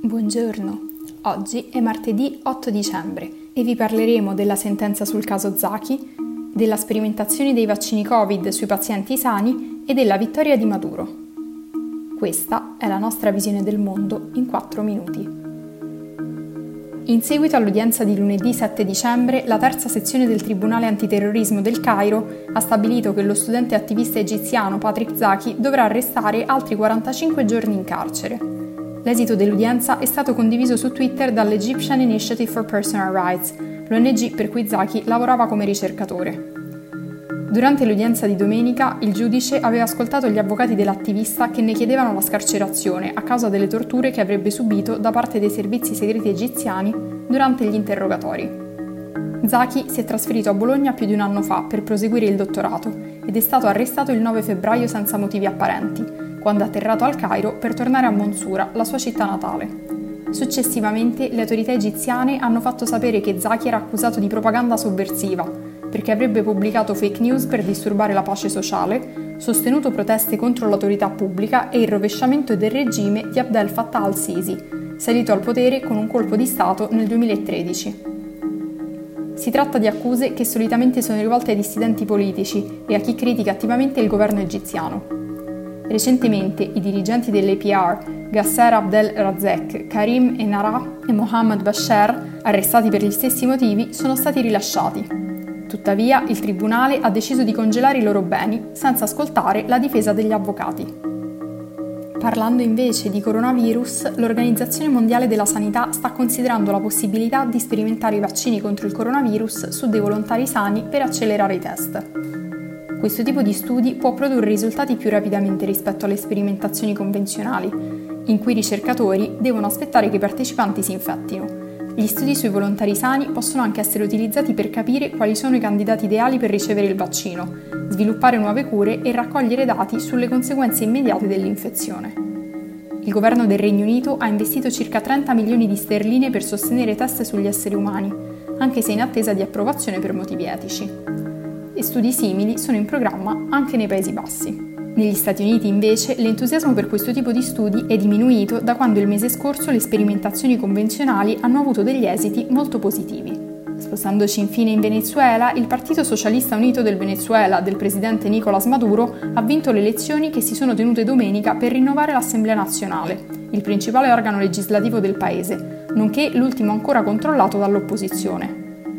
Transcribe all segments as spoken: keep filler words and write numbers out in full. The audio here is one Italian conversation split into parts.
Buongiorno, oggi è martedì otto dicembre e vi parleremo della sentenza sul caso Zaki, della sperimentazione dei vaccini Covid sui pazienti sani e della vittoria di Maduro. Questa è la nostra visione del mondo in quattro minuti. In seguito all'udienza di lunedì sette dicembre, la terza sezione del Tribunale Antiterrorismo del Cairo ha stabilito che lo studente attivista egiziano Patrick Zaki dovrà restare altri quarantacinque giorni in carcere. L'esito dell'udienza è stato condiviso su Twitter dall'Egyptian Initiative for Personal Rights, l'O N G per cui Zaki lavorava come ricercatore. Durante l'udienza di domenica, il giudice aveva ascoltato gli avvocati dell'attivista che ne chiedevano la scarcerazione a causa delle torture che avrebbe subito da parte dei servizi segreti egiziani durante gli interrogatori. Zaki si è trasferito a Bologna più di un anno fa per proseguire il dottorato ed è stato arrestato il nove febbraio senza motivi apparenti, quando è atterrato al Cairo per tornare a Monsura, la sua città natale. Successivamente, le autorità egiziane hanno fatto sapere che Zaki era accusato di propaganda sovversiva, perché avrebbe pubblicato fake news per disturbare la pace sociale, sostenuto proteste contro l'autorità pubblica e il rovesciamento del regime di Abdel Fattah al-Sisi, salito al potere con un colpo di Stato nel duemilatredici. Si tratta di accuse che solitamente sono rivolte ai dissidenti politici e a chi critica attivamente il governo egiziano. Recentemente i dirigenti dell'A P R, Ghasser Abdel Razek, Karim Enara e Mohammed Bashar, arrestati per gli stessi motivi, sono stati rilasciati. Tuttavia, il tribunale ha deciso di congelare i loro beni senza ascoltare la difesa degli avvocati. Parlando invece di coronavirus, l'Organizzazione Mondiale della Sanità sta considerando la possibilità di sperimentare i vaccini contro il coronavirus su dei volontari sani per accelerare i test. Questo tipo di studi può produrre risultati più rapidamente rispetto alle sperimentazioni convenzionali, in cui i ricercatori devono aspettare che i partecipanti si infettino. Gli studi sui volontari sani possono anche essere utilizzati per capire quali sono i candidati ideali per ricevere il vaccino, sviluppare nuove cure e raccogliere dati sulle conseguenze immediate dell'infezione. Il governo del Regno Unito ha investito circa trenta milioni di sterline per sostenere test sugli esseri umani, anche se in attesa di approvazione per motivi etici. E studi simili sono in programma anche nei Paesi Bassi. Negli Stati Uniti, invece, l'entusiasmo per questo tipo di studi è diminuito da quando il mese scorso le sperimentazioni convenzionali hanno avuto degli esiti molto positivi. Spostandoci infine in Venezuela, il Partito Socialista Unito del Venezuela del presidente Nicolás Maduro ha vinto le elezioni che si sono tenute domenica per rinnovare l'Assemblea Nazionale, il principale organo legislativo del paese, nonché l'ultimo ancora controllato dall'opposizione.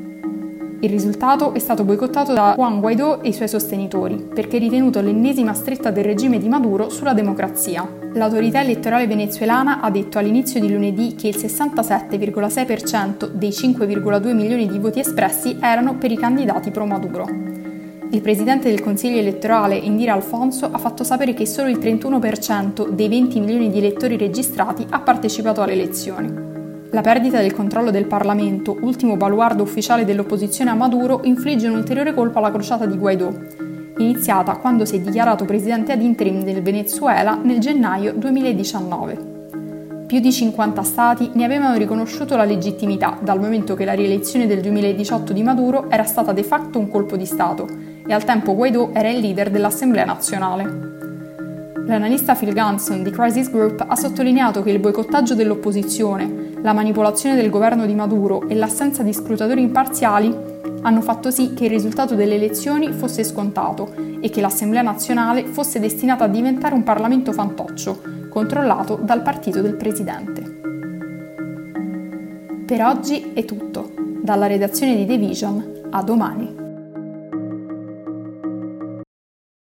Il risultato è stato boicottato da Juan Guaidó e i suoi sostenitori, perché è ritenuto l'ennesima stretta del regime di Maduro sulla democrazia. L'autorità elettorale venezuelana ha detto all'inizio di lunedì che il sessantasette virgola sei per cento dei cinque virgola due milioni di voti espressi erano per i candidati pro Maduro. Il presidente del Consiglio elettorale, Indira Alfonso, ha fatto sapere che solo il trentuno per cento dei venti milioni di elettori registrati ha partecipato alle elezioni. La perdita del controllo del Parlamento, ultimo baluardo ufficiale dell'opposizione a Maduro, infligge un ulteriore colpo alla crociata di Guaidó, iniziata quando si è dichiarato presidente ad interim del Venezuela nel gennaio duemiladiciannove. Più di cinquanta stati ne avevano riconosciuto la legittimità, dal momento che la rielezione del duemiladiciotto di Maduro era stata de facto un colpo di Stato e al tempo Guaidó era il leader dell'Assemblea nazionale. L'analista Phil Ganson di Crisis Group ha sottolineato che il boicottaggio dell'opposizione, la manipolazione del governo di Maduro e l'assenza di scrutatori imparziali hanno fatto sì che il risultato delle elezioni fosse scontato e che l'Assemblea nazionale fosse destinata a diventare un Parlamento fantoccio, controllato dal partito del presidente. Per oggi è tutto. Dalla redazione di The Vision, a domani.